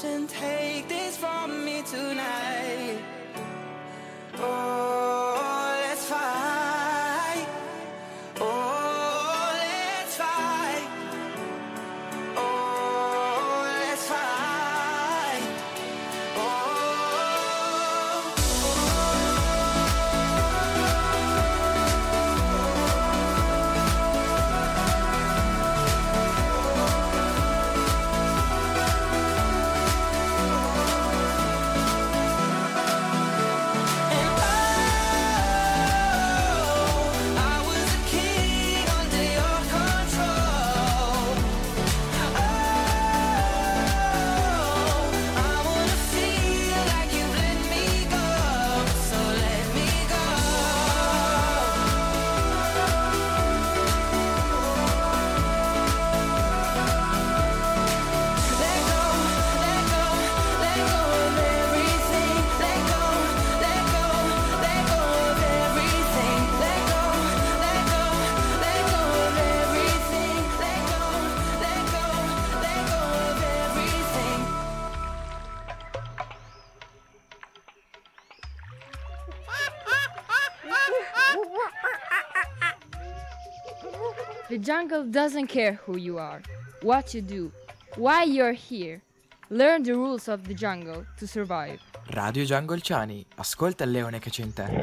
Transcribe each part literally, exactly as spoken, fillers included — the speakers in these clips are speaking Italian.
ocean, take this from me tonight. Oh, let's fight. Oh, let's fight. Oh, let's fight. Oh, The jungle doesn't care who you are, what you do, why you're here. Learn the rules of the jungle to survive. Radio Giangolciani, ascolta il leone che c'è in te.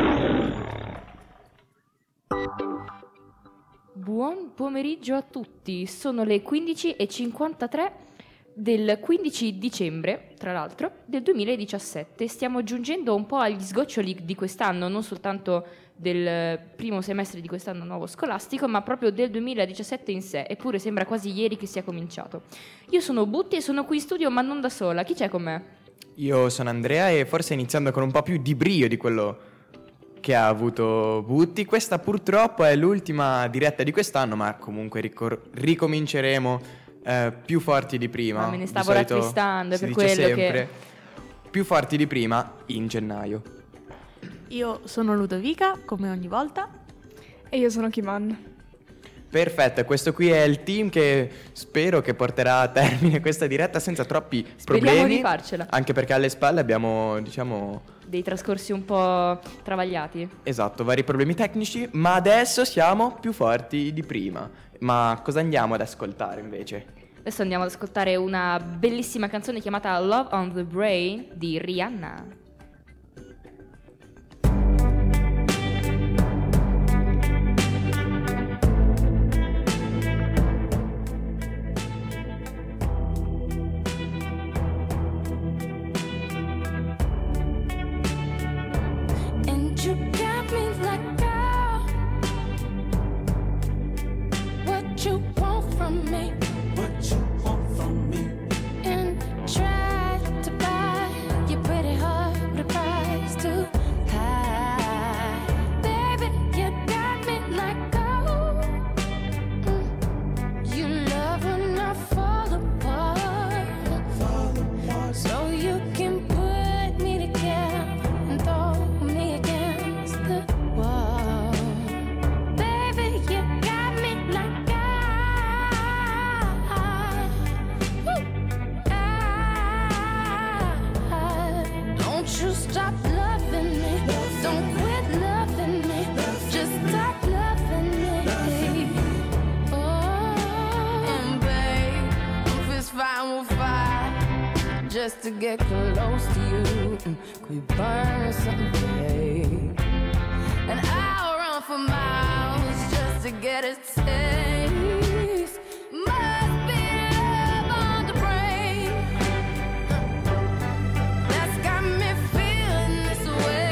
Buon pomeriggio a tutti, sono le quindici e cinquantatré del quindici dicembre, tra l'altro, del duemiladiciassette. Stiamo giungendo un po' agli sgoccioli di quest'anno, non soltanto del primo semestre di quest'anno nuovo scolastico, ma proprio del duemiladiciassette in sé, eppure sembra quasi ieri che sia cominciato. Io sono Butti e sono qui in studio, ma non da sola. Chi c'è con me? Io sono Andrea e forse iniziando con un po' più di brio di quello che ha avuto Butti. Questa purtroppo è l'ultima diretta di quest'anno, ma comunque ricor- ricominceremo eh, più forti di prima. Ma me ne stavo Di solito rattristando, è si per dice quello sempre, che... più forti di prima in gennaio. Io sono Ludovica, come ogni volta. E io sono Kiman. Perfetto, questo qui è il team che spero che porterà a termine questa diretta senza troppi Speriamo problemi. di farcela. Anche perché alle spalle abbiamo, diciamo... dei trascorsi un po' travagliati. Esatto, vari problemi tecnici, ma adesso siamo più forti di prima. Ma cosa andiamo ad ascoltare invece? Adesso andiamo ad ascoltare una bellissima canzone chiamata Love on the Brain di Rihanna. And you got me like, girl, what you want from me? what you want from me? And try to buy your pretty heart with a price too high. Baby, you got me like, oh, mm. You love when I fall apart, Fall apart. so you can put me together and throw me against the wall. Baby, you got me like I, woo, I, don't you stop loving me, don't quit loving me, just stop loving me. Oh, and babe, if it's fine, we'll fight just to get close to you. Mm, Could we burn something, babe? And I'll run for miles just to get a taste. Must be love on the brain that's got me feeling this way.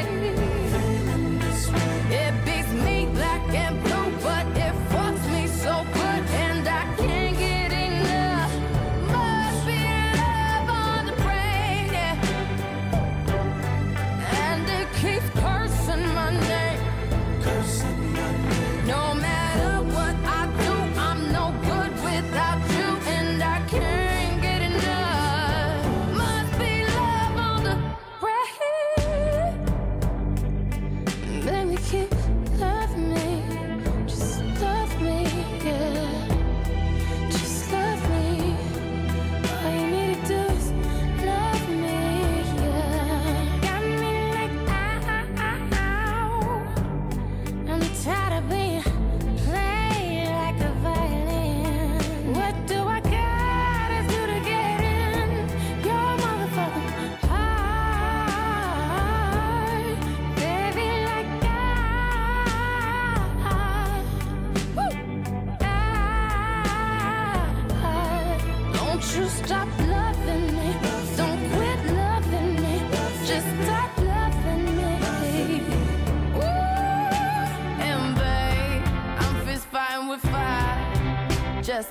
It beats me black and blue, but it fucks me so good, and I can't get enough. Must be love on the brain, yeah. And it keeps cursing my name. Cursing my name. No matter what I do,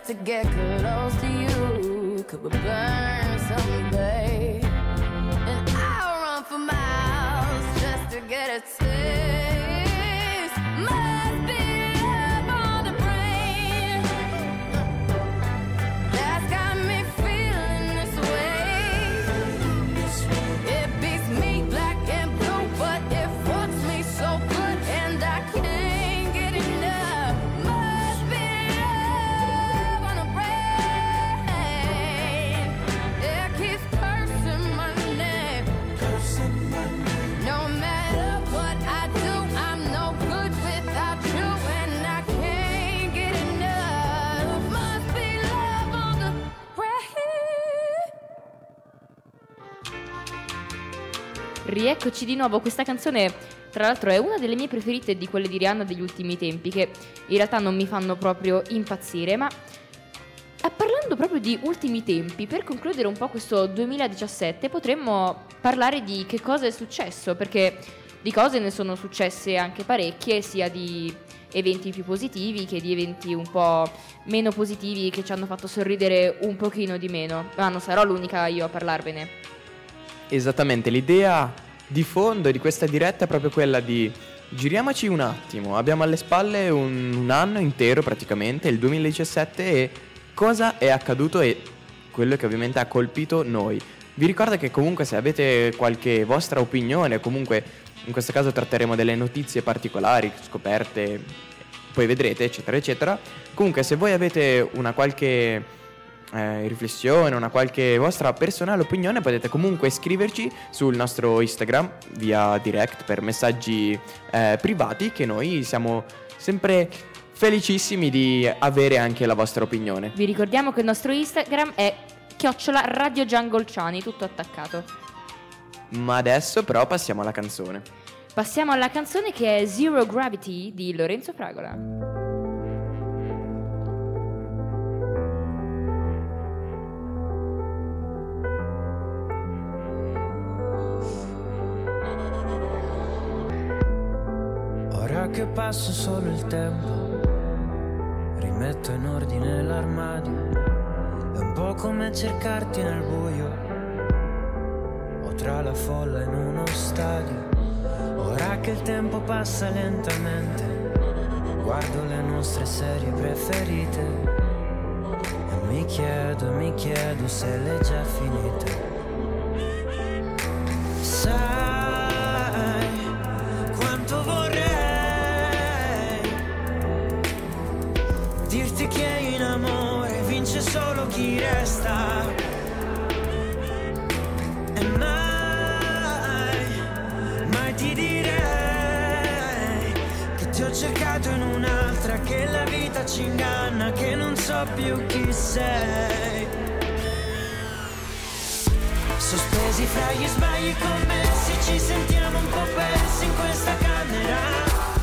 just to get close to you. Could we burn someday? And I'll run for miles just to get a taste. Must be love on the brain that's got me feeling this way. It beats me black and blue, but it fucks me so good, and I can't get enough. Must be love on the brain. It keeps cursing my name. No matter what I do, I'm no good without you, and I can't get enough. Must be love on the brain. Rieccoci di nuovo, questa canzone tra l'altro è una delle mie preferite di quelle di Rihanna degli ultimi tempi, che in realtà non mi fanno proprio impazzire, ma eh, parlando proprio di ultimi tempi, per concludere un po' questo duemiladiciassette potremmo parlare di che cosa è successo, perché di cose ne sono successe anche parecchie, sia di eventi più positivi che di eventi un po' meno positivi che ci hanno fatto sorridere un pochino di meno, ma non sarò l'unica io a parlarvene. Esattamente, l'idea di fondo di questa diretta è proprio quella di giriamoci un attimo, abbiamo alle spalle un, un anno intero praticamente, il duemiladiciassette, e cosa è accaduto e quello che ovviamente ha colpito noi. Vi ricordo che comunque se avete qualche vostra opinione, comunque in questo caso tratteremo delle notizie particolari, scoperte, poi vedrete eccetera eccetera, comunque se voi avete una qualche Eh, riflessione, una qualche vostra personale opinione, potete comunque scriverci sul nostro Instagram via direct per messaggi eh, privati, che noi siamo sempre felicissimi di avere anche la vostra opinione. Vi ricordiamo che il nostro Instagram è chiocciola Radio Giangolciani, tutto attaccato. Ma adesso però passiamo alla canzone. Passiamo alla canzone che è Zero Gravity di Lorenzo Fragola. Ora che passo solo il tempo, rimetto in ordine l'armadio. È un po' come cercarti nel buio o tra la folla in uno stadio. Ora che il tempo passa lentamente, guardo le nostre serie preferite e mi chiedo, mi chiedo se le già finite. Sai quanto vorrei dirti che in amore vince solo chi resta, e mai, mai ti direi che ti ho cercato in un'altra, che la vita ci inganna, che non so più chi sei. Sospesi fra gli sbagli commessi, ci sentiamo un po' persi in questa camera.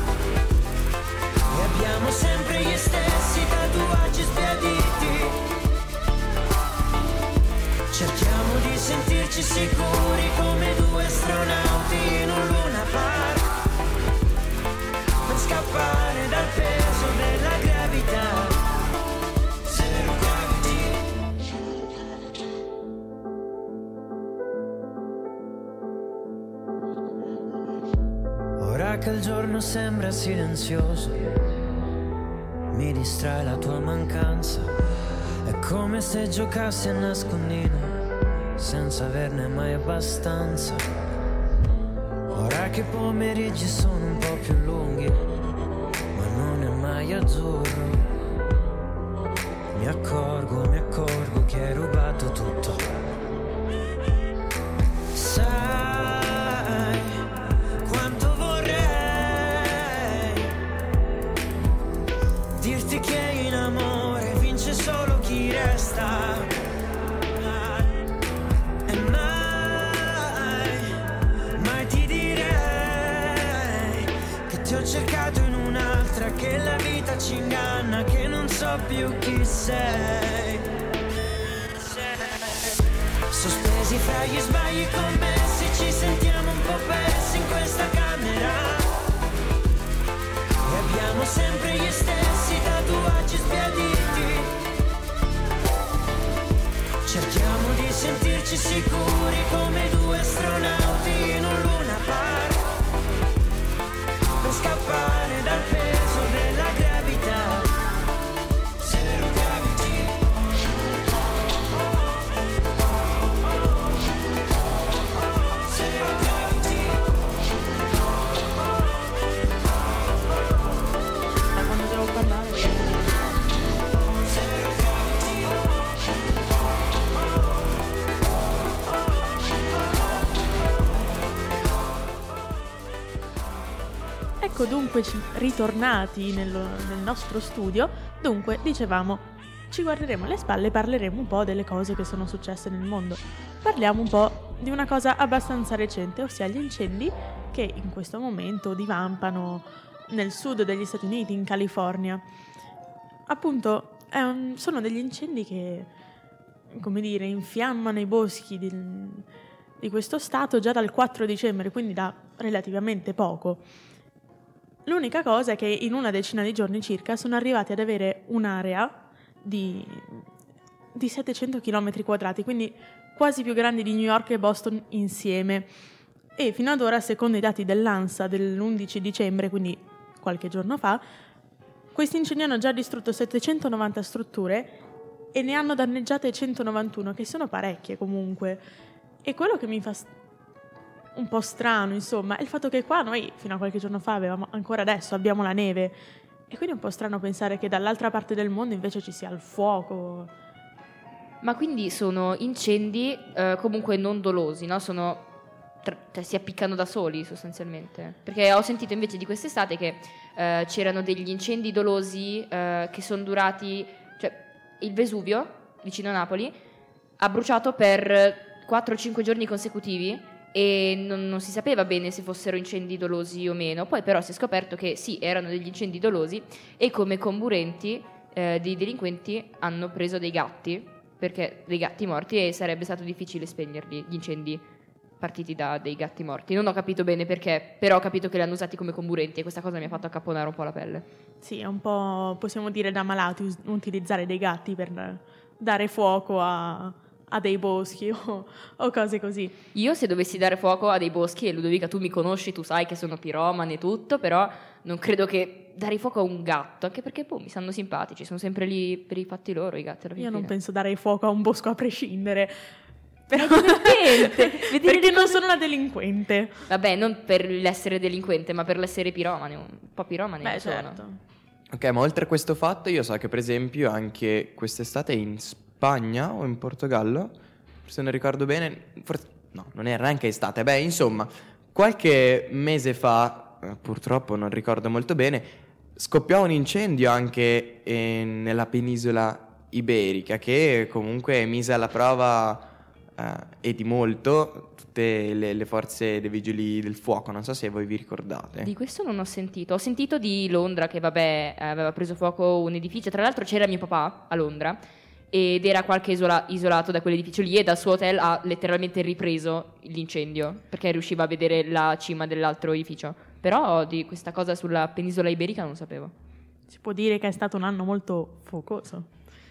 E abbiamo sempre gli stessi tatuaggi sbiaditi. Cerchiamo di sentirci sicuri come due astronauti in un Luna Park, per scappare dal peso della gravità. Zero gravity. Ora che il giorno sembra silenzioso, mi distrae la tua mancanza. È come se giocassi a nascondino senza averne mai abbastanza. Ora che i pomeriggi sono un po' più lunghi, ma non è mai azzurro, mi accorgo, mi accorgo che hai rubato tutto. Sai quanto vorrei dirti che in amore vince solo chi resta, e mai, mai ti direi che ti ho cercato in un'altra, che la vita ci inganna, che non so più chi sei. Sospesi fra gli sbagli commessi, ci sentiamo un po' persi in questa camera. E abbiamo sempre gli stessi tatuaggi sbiaditi. sentirci sicuri come due astronauti in un Luna Park, per scappare dal peso della gravità. Zero gravity. Zero gravity. Da quando devo parlare? Zero gravity. Ecco dunque ci- ritornati nello- nel nostro studio. Dunque, dicevamo, ci guarderemo alle spalle e parleremo un po' delle cose che sono successe nel mondo. Parliamo un po' di una cosa abbastanza recente, ossia gli incendi che in questo momento divampano nel sud degli Stati Uniti, in California. Appunto, è un- sono degli incendi che, come dire, infiammano i boschi di, di questo stato già dal quattro dicembre, quindi da relativamente poco. L'unica cosa è che in una decina di giorni circa sono arrivati ad avere un'area di, di settecento chilometri quadrati, quindi quasi più grandi di New York e Boston insieme. E fino ad ora, secondo i dati dell'ANSA dell'undici dicembre, quindi qualche giorno fa, questi incendi hanno già distrutto settecentonovanta strutture e ne hanno danneggiate centonovantuno, che sono parecchie comunque. E quello che mi fa st- un po' strano, insomma, è il fatto che qua noi fino a qualche giorno fa avevamo, ancora adesso abbiamo la neve, e quindi è un po' strano pensare che dall'altra parte del mondo invece ci sia il fuoco. Ma quindi sono incendi eh, comunque non dolosi, no? Sono tra- cioè, si appiccano da soli sostanzialmente. Perché ho sentito invece di quest'estate che eh, c'erano degli incendi dolosi eh, che sono durati, cioè il Vesuvio vicino a Napoli ha bruciato per quattro o cinque giorni consecutivi e non, non si sapeva bene se fossero incendi dolosi o meno. Poi però si è scoperto che sì, erano degli incendi dolosi e come comburenti eh, dei delinquenti hanno preso dei gatti, perché dei gatti morti, e sarebbe stato difficile spegnerli, gli incendi partiti da dei gatti morti. Non ho capito bene perché, però ho capito che li hanno usati come comburenti e questa cosa mi ha fatto accapponare un po' la pelle. Sì, è un po', possiamo dire, da malati us- utilizzare dei gatti per dare fuoco a, a dei boschi o, o cose così. Io se dovessi dare fuoco a dei boschi, e Ludovica tu mi conosci, tu sai che sono piromane e tutto, però non credo che dare fuoco a un gatto, anche perché boh, mi stanno simpatici, sono sempre lì per i fatti loro i gatti. alla Io fine. non penso darei fuoco a un bosco a prescindere. Però Divertente, vedere perché le non cose- sono una delinquente. Vabbè, non per l'essere delinquente, ma per l'essere piromane, un po' piromane Beh, lo sono. certo. Ok, ma oltre a questo fatto io so che per esempio anche quest'estate in Spagna o in Portogallo, se non ricordo bene, forse no, non era neanche estate, beh insomma, qualche mese fa, eh, purtroppo non ricordo molto bene, scoppiò un incendio anche eh, nella penisola iberica che comunque mise alla prova eh, e di molto tutte le, le forze dei vigili del fuoco, non so se voi vi ricordate. Di questo non ho sentito. Ho sentito di Londra che, vabbè, aveva preso fuoco un edificio. Tra l'altro c'era mio papà a Londra ed era qualche isola- isolato da quell'edificio lì e dal suo hotel ha letteralmente ripreso l'incendio perché riusciva a vedere la cima dell'altro edificio. Però di questa cosa sulla penisola iberica non lo sapevo. Si può dire che è stato un anno molto focoso.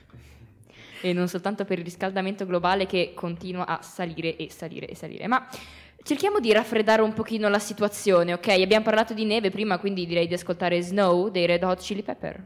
E non soltanto per il riscaldamento globale che continua a salire e salire e salire. Ma cerchiamo di raffreddare un pochino la situazione, ok? Abbiamo parlato di neve prima, quindi direi di ascoltare Snow dei Red Hot Chili Pepper.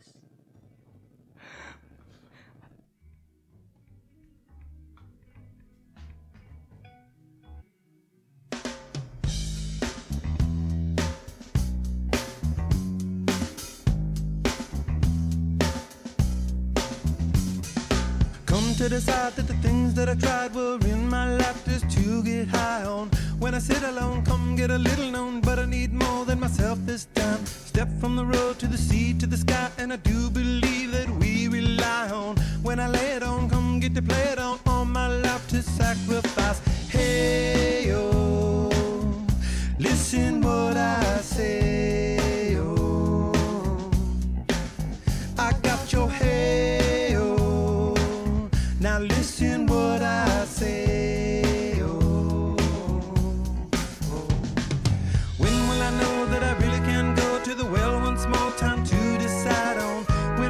Come to decide that the things that I tried were in my life just to get high on. When I sit alone, come get a little known, but I need more than myself this time. Step from the road to the sea to the sky, and I do believe that we rely on. When I lay it on, come get to play it on, all my life to sacrifice. Hey, oh, listen what I say, oh, I got your hey, oh, now listen what I say, oh, oh. When will I know that I really can go to the well once more? Time to decide on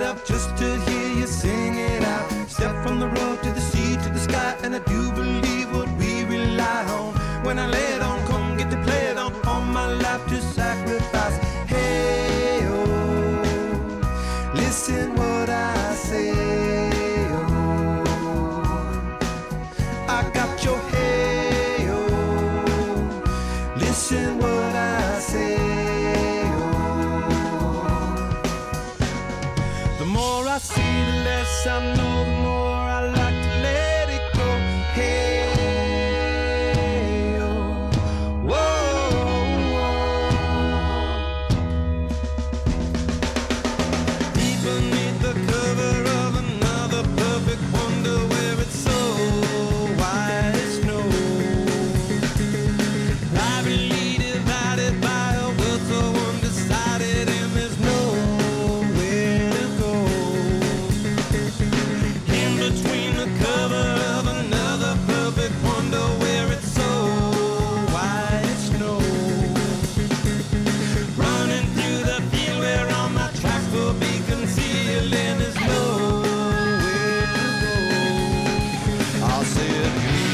myself just to hear you sing it out. Step from the road to the sea to the sky, and I do believe what we rely on. When I lay it on, come get to play it on. All my life to sacrifice. Hey, oh, listen what I say. Oh, I got your hey, oh, listen what I say. The more I see, the less I know, the more I like to let it go. Hey, oh, whoa, whoa. Deep beneath the cover of another perfect wonder, where it's so white snow, privately divided by a world so undecided, and there's nowhere to go. In between the cover of another perfect wonder, where it's so white snow, running through the field where all my tracks will be concealed, and there's nowhere to go. I'll say it,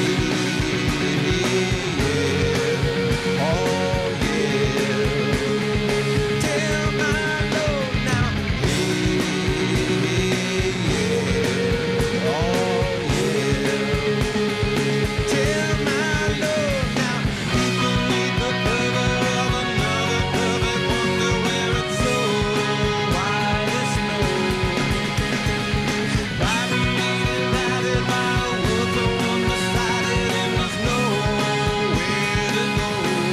yeah, oh yeah. Tell my Lord now, yeah, yeah, oh yeah. Tell my Lord now, deep beneath the cover of another perfect wonder, where it's so white as snow, privately divided by a world so undecided, and there's nowhere to go.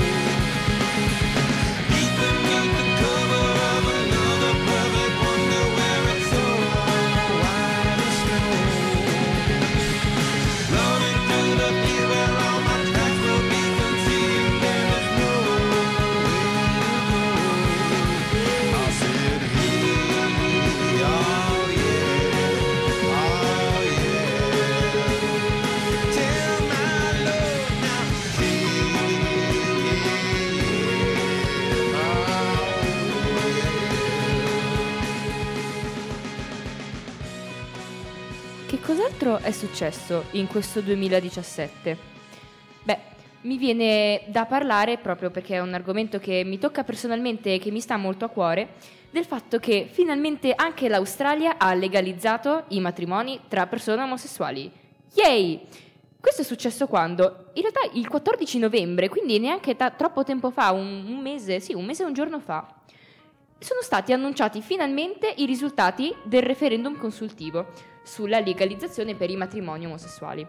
Deep beneath the cover of another perfect wonder, where it's so white as snow, running through the field where all my tracks will be concealed, and there's nowhere to go. I'll say it, hey, oh yeah, oh yeah. Tell my Lord now, hey, Che cos'altro è successo in questo duemiladiciassette? Beh, mi viene da parlare, proprio perché è un argomento che mi tocca personalmente e che mi sta molto a cuore, del fatto che finalmente anche l'Australia ha legalizzato i matrimoni tra persone omosessuali. Yay! Questo è successo quando? In realtà il quattordici novembre, quindi neanche ta- troppo tempo fa, un, un mese, sì, un mese e un giorno fa, sono stati annunciati finalmente i risultati del referendum consultivo sulla legalizzazione per i matrimoni omosessuali.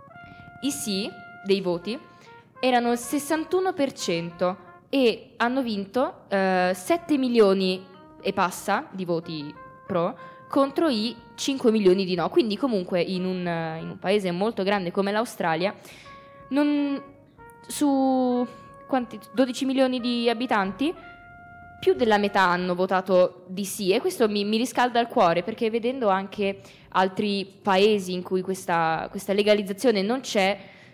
I sì dei voti erano il sessantuno per cento e hanno vinto eh, sette milioni e passa di voti pro contro i cinque milioni di no. Quindi comunque in un, in un paese molto grande come l'Australia, non, su quanti, dodici milioni di abitanti, più della metà hanno votato di sì, e questo mi, mi riscalda il cuore, perché vedendo anche altri paesi in cui questa, questa legalizzazione non c'è,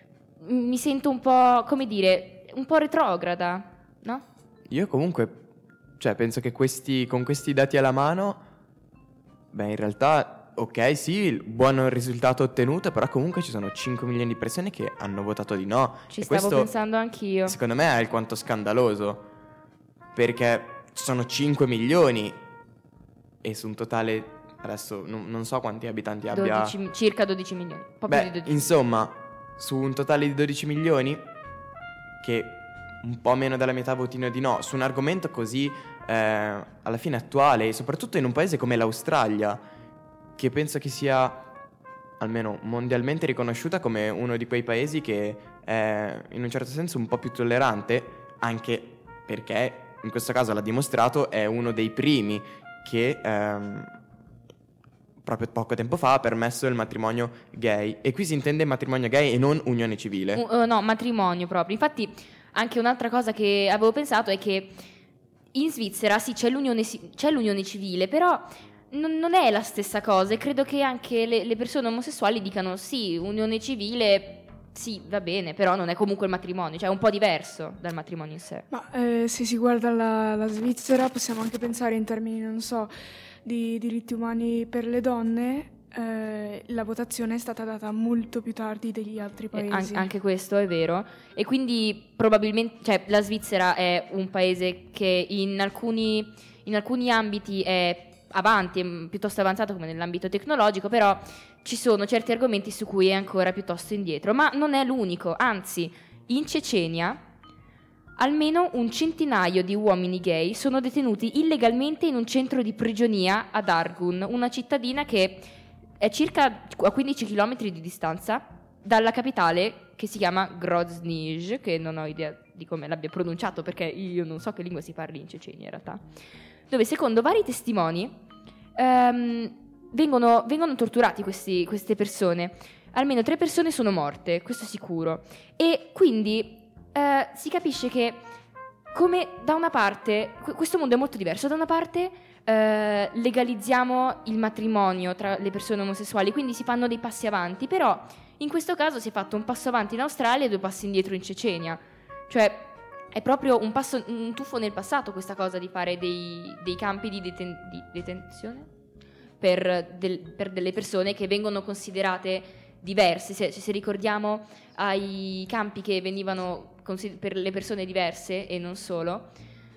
mi sento un po', come dire, un po' retrograda, no? Io comunque, cioè, penso che questi, con questi dati alla mano, beh, in realtà, ok, sì, il buon risultato ottenuto, però comunque ci sono cinque milioni di persone che hanno votato di no. Ci e stavo questo, pensando anch'io. secondo me, è alquanto scandaloso, perché ci sono cinque milioni e su un totale, adesso non, non so quanti abitanti abbia. dodici, circa dodici milioni. Un po' più Beh, di dodici. insomma, su un totale di dodici milioni, che un po' meno della metà votino di no, su un argomento così eh, alla fine attuale, e soprattutto in un paese come l'Australia, che penso che sia almeno mondialmente riconosciuta come uno di quei paesi che è in un certo senso un po' più tollerante, anche perché in questo caso l'ha dimostrato, è uno dei primi che ehm, proprio poco tempo fa ha permesso il matrimonio gay, e qui si intende matrimonio gay e non unione civile. Uh, uh, no, matrimonio proprio. Infatti anche un'altra cosa che avevo pensato è che in Svizzera sì c'è l'unione, c'è l'unione civile, però non, non è la stessa cosa, e credo che anche le, le persone omosessuali dicano sì, unione civile sì, va bene, però non è comunque il matrimonio, cioè è un po' diverso dal matrimonio in sé. Ma eh, se si guarda la, la Svizzera possiamo anche pensare in termini, non so, di diritti umani per le donne. Eh, la votazione è stata data molto più tardi degli altri paesi. An- anche questo è vero, e quindi probabilmente, cioè, la Svizzera è un paese che in alcuni, in alcuni ambiti è avanti, è piuttosto avanzato, come nell'ambito tecnologico, però ci sono certi argomenti su cui è ancora piuttosto indietro. Ma non è l'unico, anzi, in Cecenia almeno un centinaio di uomini gay sono detenuti illegalmente in un centro di prigionia ad Argun, una cittadina che è circa a quindici chilometri di distanza dalla capitale, che si chiama Groznyj, che non ho idea di come l'abbia pronunciato perché io non so che lingua si parli in Cecenia in realtà, dove secondo vari testimoni ehm, vengono, vengono torturati questi, queste persone. Almeno tre persone sono morte, questo è sicuro, e quindi eh, si capisce che come da una parte, questo mondo è molto diverso, da una parte eh, legalizziamo il matrimonio tra le persone omosessuali, quindi si fanno dei passi avanti, però in questo caso si è fatto un passo avanti in Australia e due passi indietro in Cecenia, cioè è proprio un, passo, un tuffo nel passato questa cosa di fare dei, dei campi di, deten- di detenzione per, del, per delle persone che vengono considerate diverse. Se, se ricordiamo ai campi che venivano consider- per le persone diverse e non solo,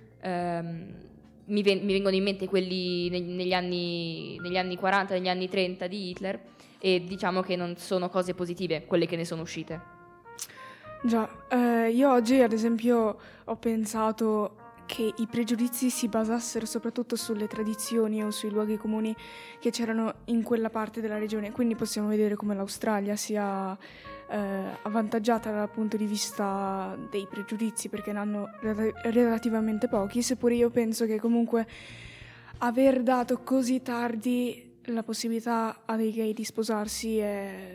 ehm, mi, ven- mi vengono in mente quelli neg- negli, anni, negli anni quaranta, negli anni trenta di Hitler, e diciamo che non sono cose positive quelle che ne sono uscite. Già, eh, io oggi ad esempio ho pensato che i pregiudizi si basassero soprattutto sulle tradizioni o sui luoghi comuni che c'erano in quella parte della regione, quindi possiamo vedere come l'Australia sia eh, avvantaggiata dal punto di vista dei pregiudizi perché ne hanno rel- relativamente pochi, seppure io penso che comunque aver dato così tardi la possibilità a dei gay di sposarsi è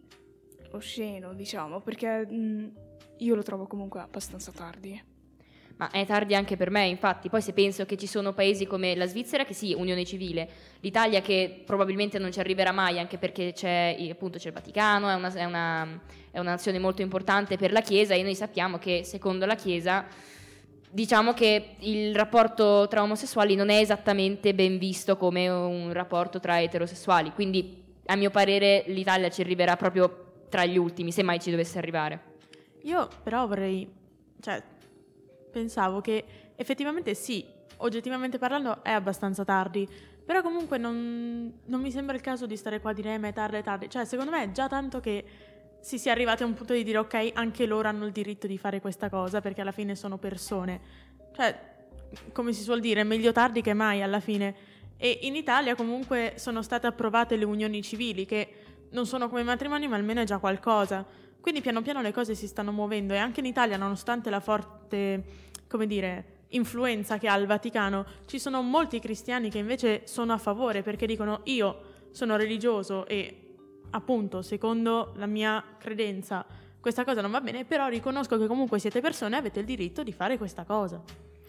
osceno, diciamo, perché mh, io lo trovo comunque abbastanza tardi. Ma è tardi anche per me, infatti. Poi se penso che ci sono paesi come la Svizzera, che sì, unione civile, l'Italia che probabilmente non ci arriverà mai, anche perché c'è appunto c'è il Vaticano, è una, è una, è una nazione molto importante per la Chiesa, e noi sappiamo che secondo la Chiesa, diciamo che il rapporto tra omosessuali non è esattamente ben visto come un rapporto tra eterosessuali, quindi a mio parere l'Italia ci arriverà proprio tra gli ultimi, se mai ci dovesse arrivare. Io però vorrei, cioè, pensavo che effettivamente sì, oggettivamente parlando è abbastanza tardi, però comunque non, non mi sembra il caso di stare qua a dire eh, ma è tardi, è tardi. Cioè, secondo me è già tanto che si sia arrivati a un punto di dire ok, anche loro hanno il diritto di fare questa cosa, perché alla fine sono persone. Cioè, come si suol dire, meglio tardi che mai alla fine. E in Italia comunque sono state approvate le unioni civili, che non sono come matrimoni, ma almeno è già qualcosa. Quindi piano piano le cose si stanno muovendo, e anche in Italia, nonostante la forte, come dire, influenza che ha il Vaticano, ci sono molti cristiani che invece sono a favore, perché dicono io sono religioso e appunto secondo la mia credenza questa cosa non va bene, però riconosco che comunque siete persone e avete il diritto di fare questa cosa.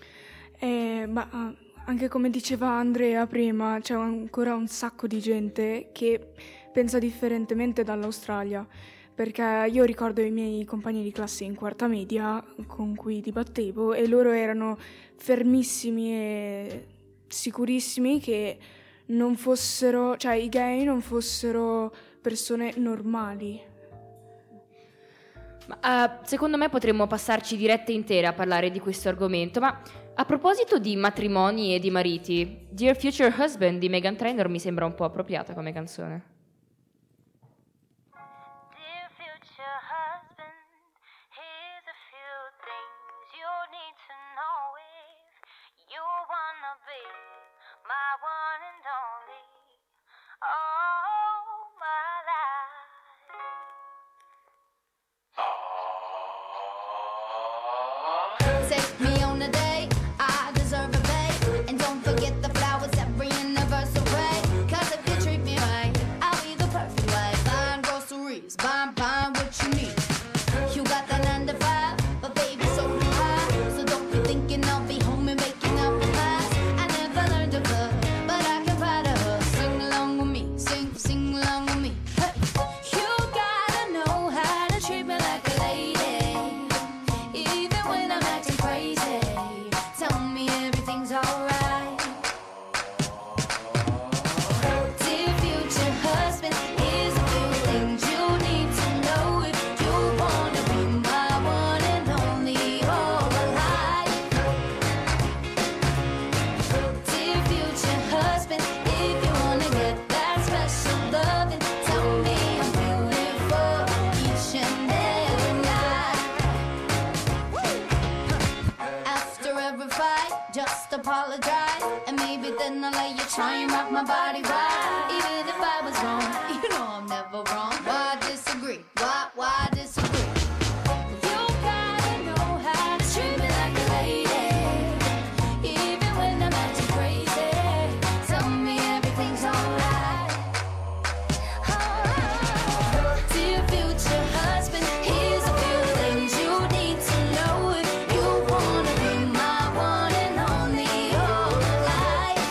Eh, ma anche come diceva Andrea prima, c'è ancora un sacco di gente che pensa differentemente dall'Australia. Perché io ricordo i miei compagni di classe in quarta media con cui dibattevo, e loro erano fermissimi e sicurissimi che non fossero, cioè i gay non fossero persone normali. Ma, uh, secondo me potremmo passarci dirette intere a parlare di questo argomento, ma a proposito di matrimoni e di mariti, Dear Future Husband di Meghan Trainor mi sembra un po' appropriata come canzone. Take me on a date, I deserve a babe. And don't forget the flowers every anniversary. Cause if you treat me right, I then I'll let you try and rock my body right. Even if I was wrong, you know I'm never wrong. Why disagree? Why, why disagree? You gotta know how to treat me like a lady. Even when I'm acting crazy, tell me everything's alright. Oh, dear future husband, here's a few things you need to know if you wanna be my one and only all life.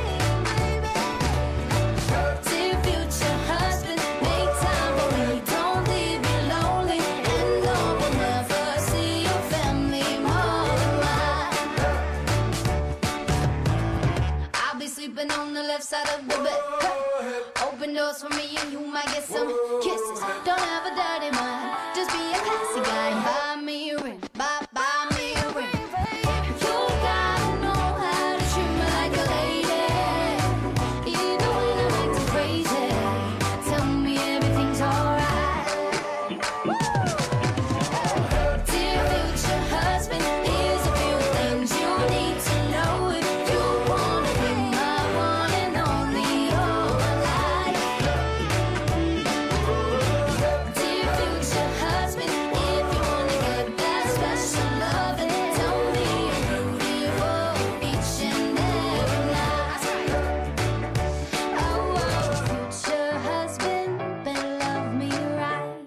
Dear future husband, make time for me, don't leave me lonely, and no will never see your family more than mine. I'll be sleeping on the left side of the bed. Open doors for me and you might get some kisses. Don't have a dirty mind, just be a classy guy and buy me a ring. Buy, buy me a ring. You gotta know how to treat me like a lady. Even when I'm acting crazy, tell me everything's alright. Dear future husband, here's a few things you need to know if you wanna be my one and only all life. Dear future husband, if you wanna get that special loving, tell me you're beautiful each and every night. Oh, oh, future husband, better love me right.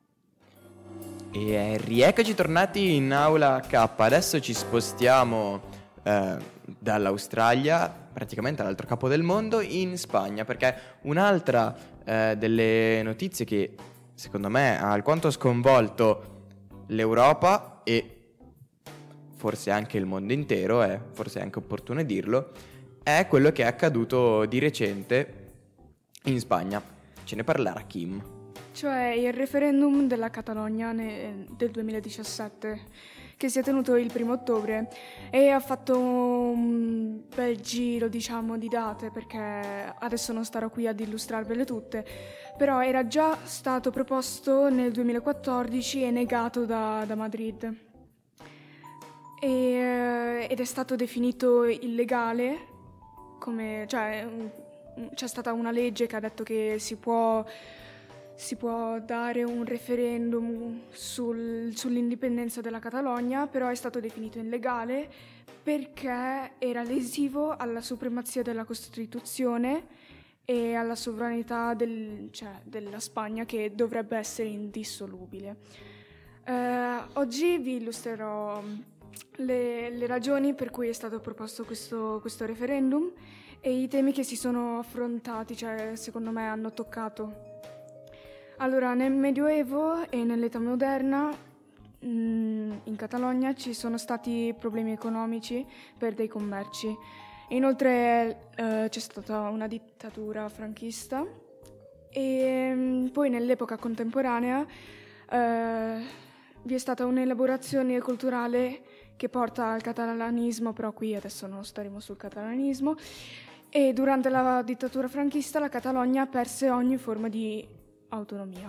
E rieccoci tornati in aula K. Adesso ci spostiamo eh, dall'Australia, praticamente all'altro capo del mondo, in Spagna, perché un'altra eh, delle notizie che secondo me ha alquanto sconvolto l'Europa e forse anche il mondo intero, è forse anche opportuno dirlo, è quello che è accaduto di recente in Spagna. Ce ne parlerà Kim. Cioè il referendum della Catalogna ne- del duemiladiciassette, che si è tenuto il primo ottobre e ha fatto un bel giro, diciamo, di date, perché adesso non starò qui ad illustrarvele tutte, però era già stato proposto nel duemilaquattordici e negato da, da Madrid. E, eh, ed è stato definito illegale, come, cioè un- c'è stata una legge che ha detto che si può si può dare un referendum sul- sull'indipendenza della Catalogna, però è stato definito illegale perché era lesivo alla supremazia della Costituzione e alla sovranità del- cioè, della Spagna, che dovrebbe essere indissolubile. Eh, oggi vi illustrerò le, le ragioni per cui è stato proposto questo, questo referendum e i temi che si sono affrontati, cioè secondo me hanno toccato. Allora, nel Medioevo e nell'età moderna mh, in Catalogna ci sono stati problemi economici per dei commerci. Inoltre eh, c'è stata una dittatura franchista e mh, poi nell'epoca contemporanea eh, vi è stata un'elaborazione culturale che porta al catalanismo, però qui adesso non staremo sul catalanismo, e durante la dittatura franchista la Catalogna perse ogni forma di autonomia.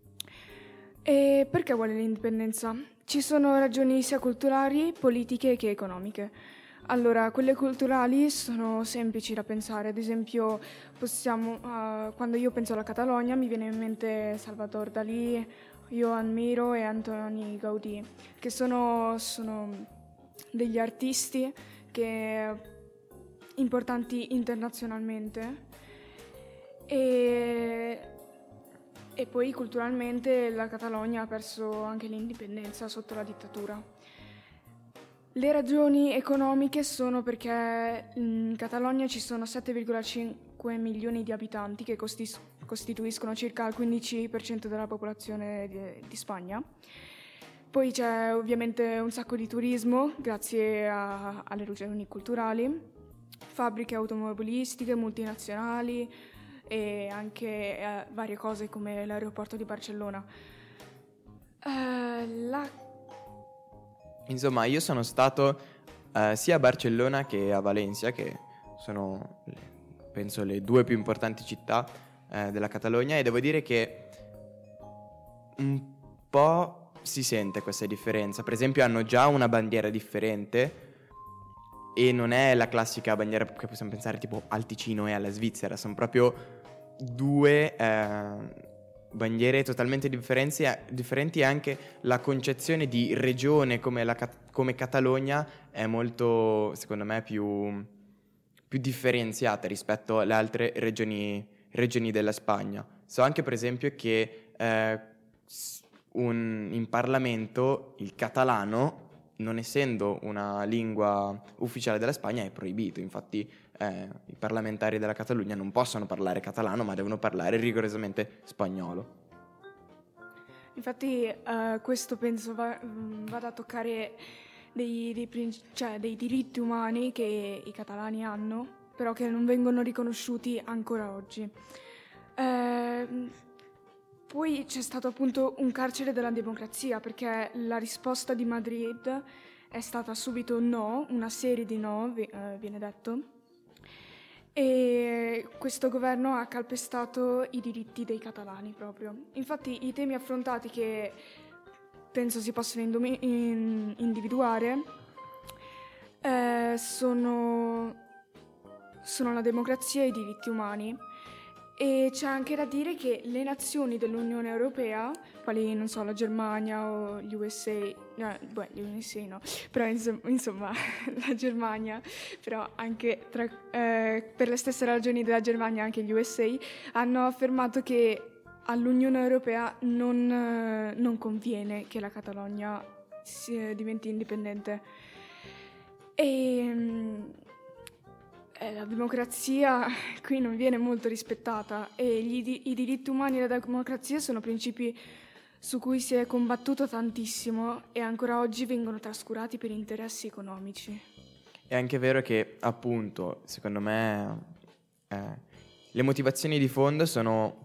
E perché vuole l'indipendenza? Ci sono ragioni sia culturali, politiche che economiche. Allora, quelle culturali sono semplici da pensare, ad esempio possiamo, uh, quando io penso alla Catalogna mi viene in mente Salvador Dalí, Joan Miró e Antoni Gaudí, che sono, sono degli artisti che importanti internazionalmente. E E poi culturalmente la Catalogna ha perso anche l'indipendenza sotto la dittatura. Le ragioni economiche sono perché in Catalogna ci sono sette virgola cinque milioni di abitanti che costis- costituiscono circa il quindici per cento della popolazione di, di Spagna. Poi c'è ovviamente un sacco di turismo grazie a, alle ragioni culturali, fabbriche automobilistiche, multinazionali, e anche eh, varie cose come l'aeroporto di Barcellona. Uh, la... Insomma, io sono stato eh, sia a Barcellona che a Valencia, che sono, le- penso, le due più importanti città eh, della Catalogna, e devo dire che un po' si sente questa differenza. Per esempio hanno già una bandiera differente e non è la classica bandiera che possiamo pensare tipo al Ticino e alla Svizzera, sono proprio due eh, bandiere totalmente differenzi, differenti e anche la concezione di regione come, la, come Catalogna è molto, secondo me, più, più differenziata rispetto alle altre regioni, regioni della Spagna. So anche per esempio che eh, un, in Parlamento il catalano, non essendo una lingua ufficiale della Spagna, è proibito. Infatti eh, i parlamentari della Catalogna non possono parlare catalano, ma devono parlare rigorosamente spagnolo. Infatti eh, questo penso va, vada a toccare dei, dei, cioè, dei diritti umani che i catalani hanno, però che non vengono riconosciuti ancora oggi. Eh, Poi c'è stato appunto un carcere della democrazia, perché la risposta di Madrid è stata subito no, una serie di no, eh, viene detto, e questo governo ha calpestato i diritti dei catalani proprio. Infatti i temi affrontati, che penso si possono indomi- in- individuare, eh, sono, sono la democrazia e i diritti umani. E c'è anche da dire che le nazioni dell'Unione Europea, quali, non so, la Germania o gli U S A, no, beh, gli U S A no, però insomma, insomma la Germania, però anche tra, eh, per le stesse ragioni della Germania anche gli U S A, hanno affermato che all'Unione Europea non, eh, non conviene che la Catalogna si, diventi indipendente. E... La democrazia qui non viene molto rispettata e gli, i diritti umani e la democrazia sono principi su cui si è combattuto tantissimo e ancora oggi vengono trascurati per interessi economici. È anche vero che, appunto, secondo me, eh, le motivazioni di fondo sono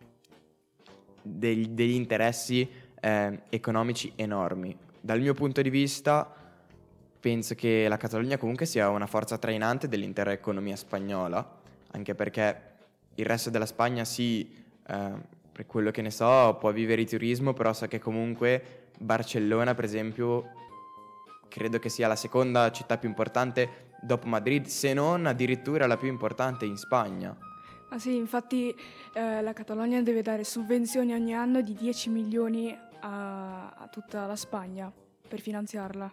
degli, degli interessi eh, economici enormi. Dal mio punto di vista, penso che la Catalogna comunque sia una forza trainante dell'intera economia spagnola, anche perché il resto della Spagna sì, eh, per quello che ne so, può vivere di turismo, però so che comunque Barcellona, per esempio, credo che sia la seconda città più importante dopo Madrid, se non addirittura la più importante in Spagna. Ah sì, infatti eh, la Catalogna deve dare sovvenzioni ogni anno di dieci milioni a, a tutta la Spagna per finanziarla.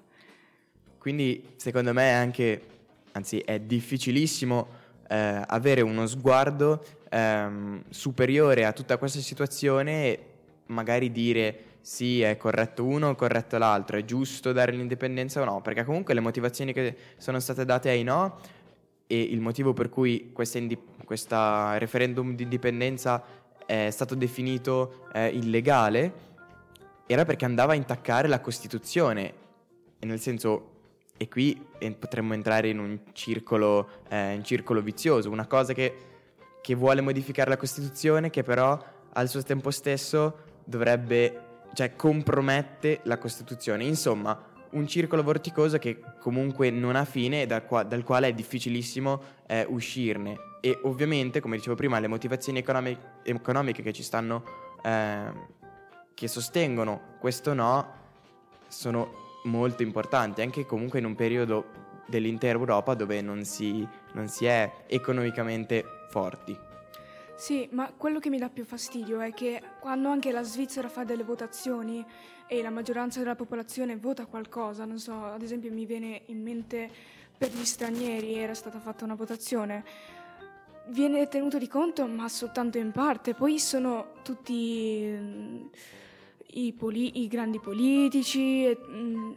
Quindi secondo me è anche, anzi è difficilissimo eh, avere uno sguardo ehm, superiore a tutta questa situazione e magari dire sì, è corretto uno o corretto l'altro, è giusto dare l'indipendenza o no, perché comunque le motivazioni che sono state date ai no e il motivo per cui questa, indip- questa referendum di indipendenza è stato definito eh, illegale era perché andava a intaccare la Costituzione, e nel senso... E qui potremmo entrare in un circolo, eh, un circolo vizioso, una cosa che, che vuole modificare la Costituzione, che però al suo tempo stesso dovrebbe, cioè compromette la Costituzione. Insomma, un circolo vorticoso che comunque non ha fine e dal, qua, dal quale è difficilissimo eh, uscirne. E ovviamente, come dicevo prima, le motivazioni economiche, economiche che ci stanno, eh, che sostengono questo no, sono molto importante, anche comunque in un periodo dell'intera Europa dove non si, non si è economicamente forti. Sì, ma quello che mi dà più fastidio è che quando anche la Svizzera fa delle votazioni e la maggioranza della popolazione vota qualcosa, non so, ad esempio mi viene in mente per gli stranieri era stata fatta una votazione, viene tenuto di conto ma soltanto in parte, poi sono tutti... I, poli- i grandi politici, e, mh,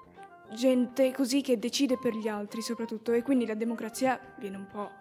gente così che decide per gli altri soprattutto, e quindi la democrazia viene un po'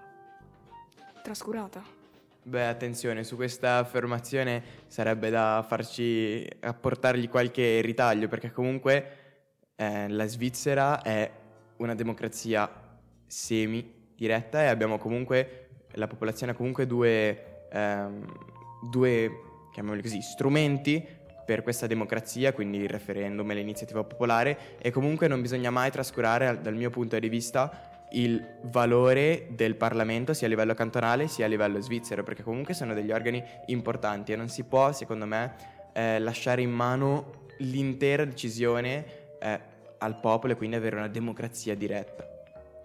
trascurata. Beh, attenzione, su questa affermazione sarebbe da farci apportargli qualche ritaglio, perché comunque eh, la Svizzera è una democrazia semi-diretta e abbiamo comunque, la popolazione ha comunque due, ehm, due chiamiamoli così, strumenti per questa democrazia, quindi il referendum e l'iniziativa popolare, e comunque non bisogna mai trascurare, dal mio punto di vista, il valore del Parlamento sia a livello cantonale sia a livello svizzero, perché comunque sono degli organi importanti e non si può, secondo me, eh, lasciare in mano l'intera decisione eh, al popolo e quindi avere una democrazia diretta.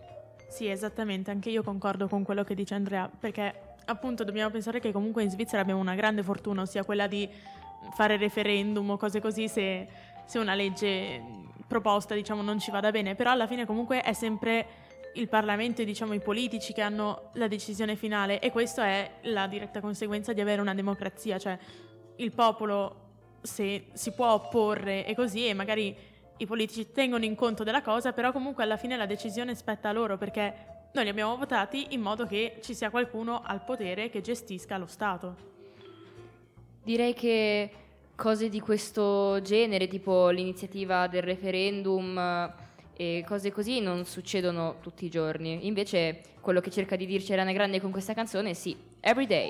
Sì, esattamente, anche io concordo con quello che dice Andrea, perché appunto dobbiamo pensare che comunque in Svizzera abbiamo una grande fortuna, ossia quella di fare referendum o cose così se, se una legge proposta, diciamo, non ci vada bene, però alla fine comunque è sempre il Parlamento e, diciamo, i politici che hanno la decisione finale, e questo è la diretta conseguenza di avere una democrazia, cioè il popolo se si può opporre e così, e magari i politici tengono in conto della cosa, però comunque alla fine la decisione spetta a loro, perché noi li abbiamo votati in modo che ci sia qualcuno al potere che gestisca lo Stato. Direi che cose di questo genere, tipo l'iniziativa del referendum e cose così, non succedono tutti i giorni. Invece quello che cerca di dirci Ariana Grande con questa canzone, sì, Everyday.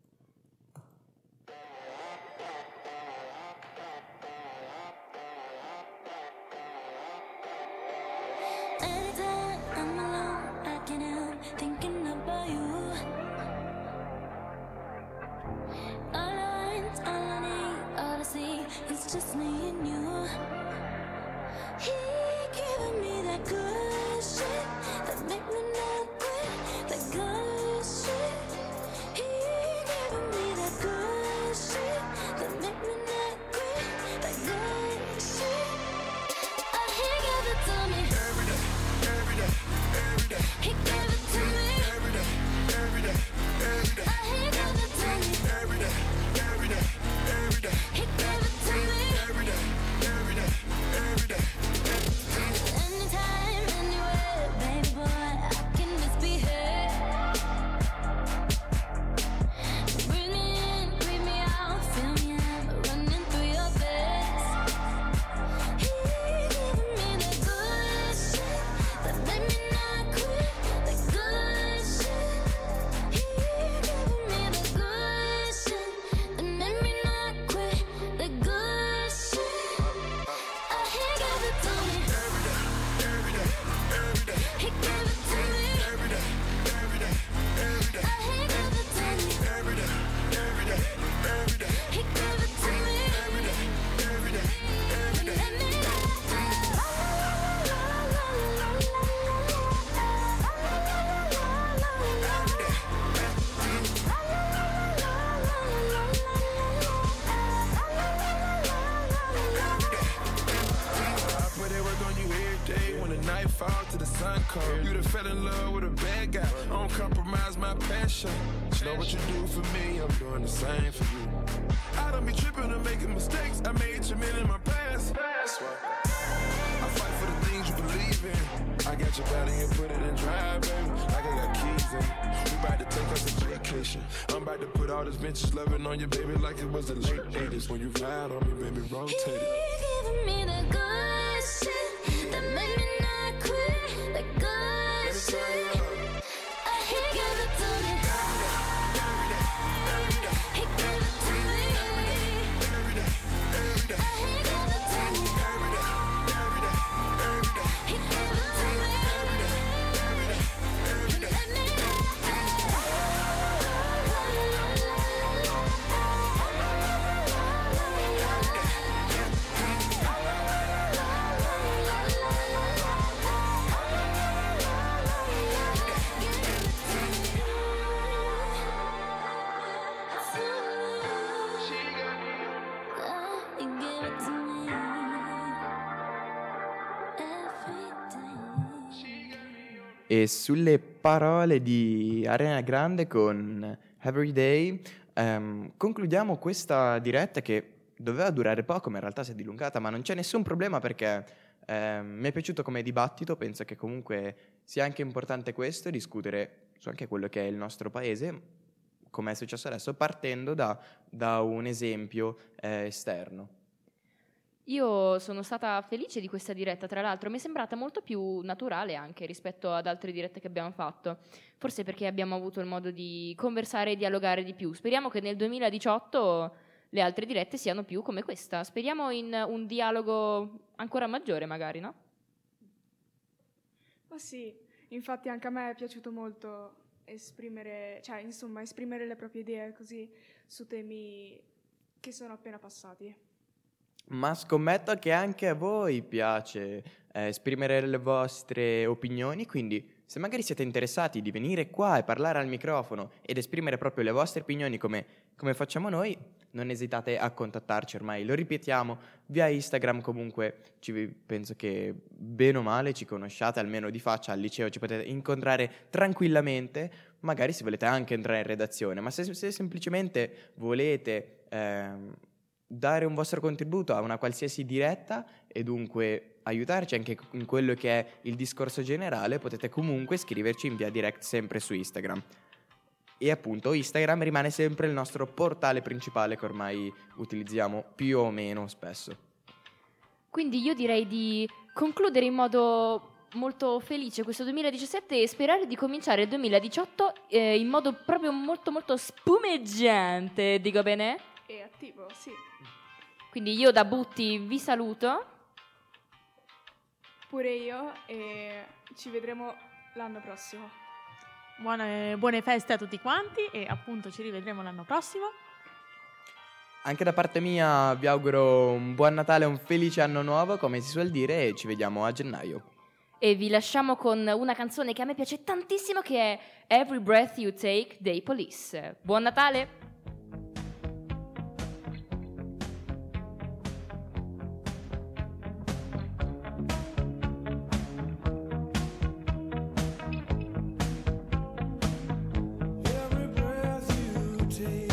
You done fell in love with a bad guy. I don't compromise my passion. You know what you do for me, I'm doing the same for you. I don't be tripping and making mistakes. I made too many in my past. That's why I fight for the things you believe in. I got your body and put it in drive, baby. Like I got keys in. We about to take us a vacation. I'm about to put all this vintage loving on you, baby, like it was the late eighties. When you ride on me, baby, rotate it. He giving me the good shit that made me not quit. The good shit. Uh, he give it to me. He give it to me. Uh, he give it to me. He give it to me. Let me E sulle parole di Ariana Grande con Everyday ehm, concludiamo questa diretta che doveva durare poco, ma in realtà si è dilungata, ma non c'è nessun problema perché ehm, mi è piaciuto come dibattito. Penso che comunque sia anche importante questo, discutere su anche quello che è il nostro paese, come è successo adesso, partendo da, da un esempio eh, esterno. Io sono stata felice di questa diretta, tra l'altro mi è sembrata molto più naturale anche rispetto ad altre dirette che abbiamo fatto, forse perché abbiamo avuto il modo di conversare e dialogare di più. Speriamo che nel duemiladiciotto le altre dirette siano più come questa, speriamo in un dialogo ancora maggiore magari, no? Ma sì, infatti anche a me è piaciuto molto esprimere, cioè insomma esprimere le proprie idee così su temi che sono appena passati. Ma scommetto che anche a voi piace eh, esprimere le vostre opinioni, quindi se magari siete interessati di venire qua e parlare al microfono ed esprimere proprio le vostre opinioni come, come facciamo noi, non esitate a contattarci, ormai lo ripetiamo, via Instagram. Comunque ci, penso che bene o male ci conosciate, almeno di faccia, al liceo ci potete incontrare tranquillamente, magari se volete anche entrare in redazione, ma se, se semplicemente volete ehm, dare un vostro contributo a una qualsiasi diretta e dunque aiutarci anche in quello che è il discorso generale, potete comunque scriverci in via direct sempre su Instagram. E appunto Instagram rimane sempre il nostro portale principale che ormai utilizziamo più o meno spesso. Quindi io direi di concludere in modo molto felice questo duemiladiciassette e sperare di cominciare il duemiladiciotto eh, in modo proprio molto molto spumeggiante, dico bene? E attivo, sì. Quindi io da Butti vi saluto. Pure io, e ci vedremo l'anno prossimo. Buone, buone feste a tutti quanti e appunto ci rivedremo l'anno prossimo. Anche da parte mia vi auguro un buon Natale e un felice anno nuovo, come si suol dire, e ci vediamo a gennaio. E vi lasciamo con una canzone che a me piace tantissimo, che è Every Breath You Take dei Police. Buon Natale! Every breath you take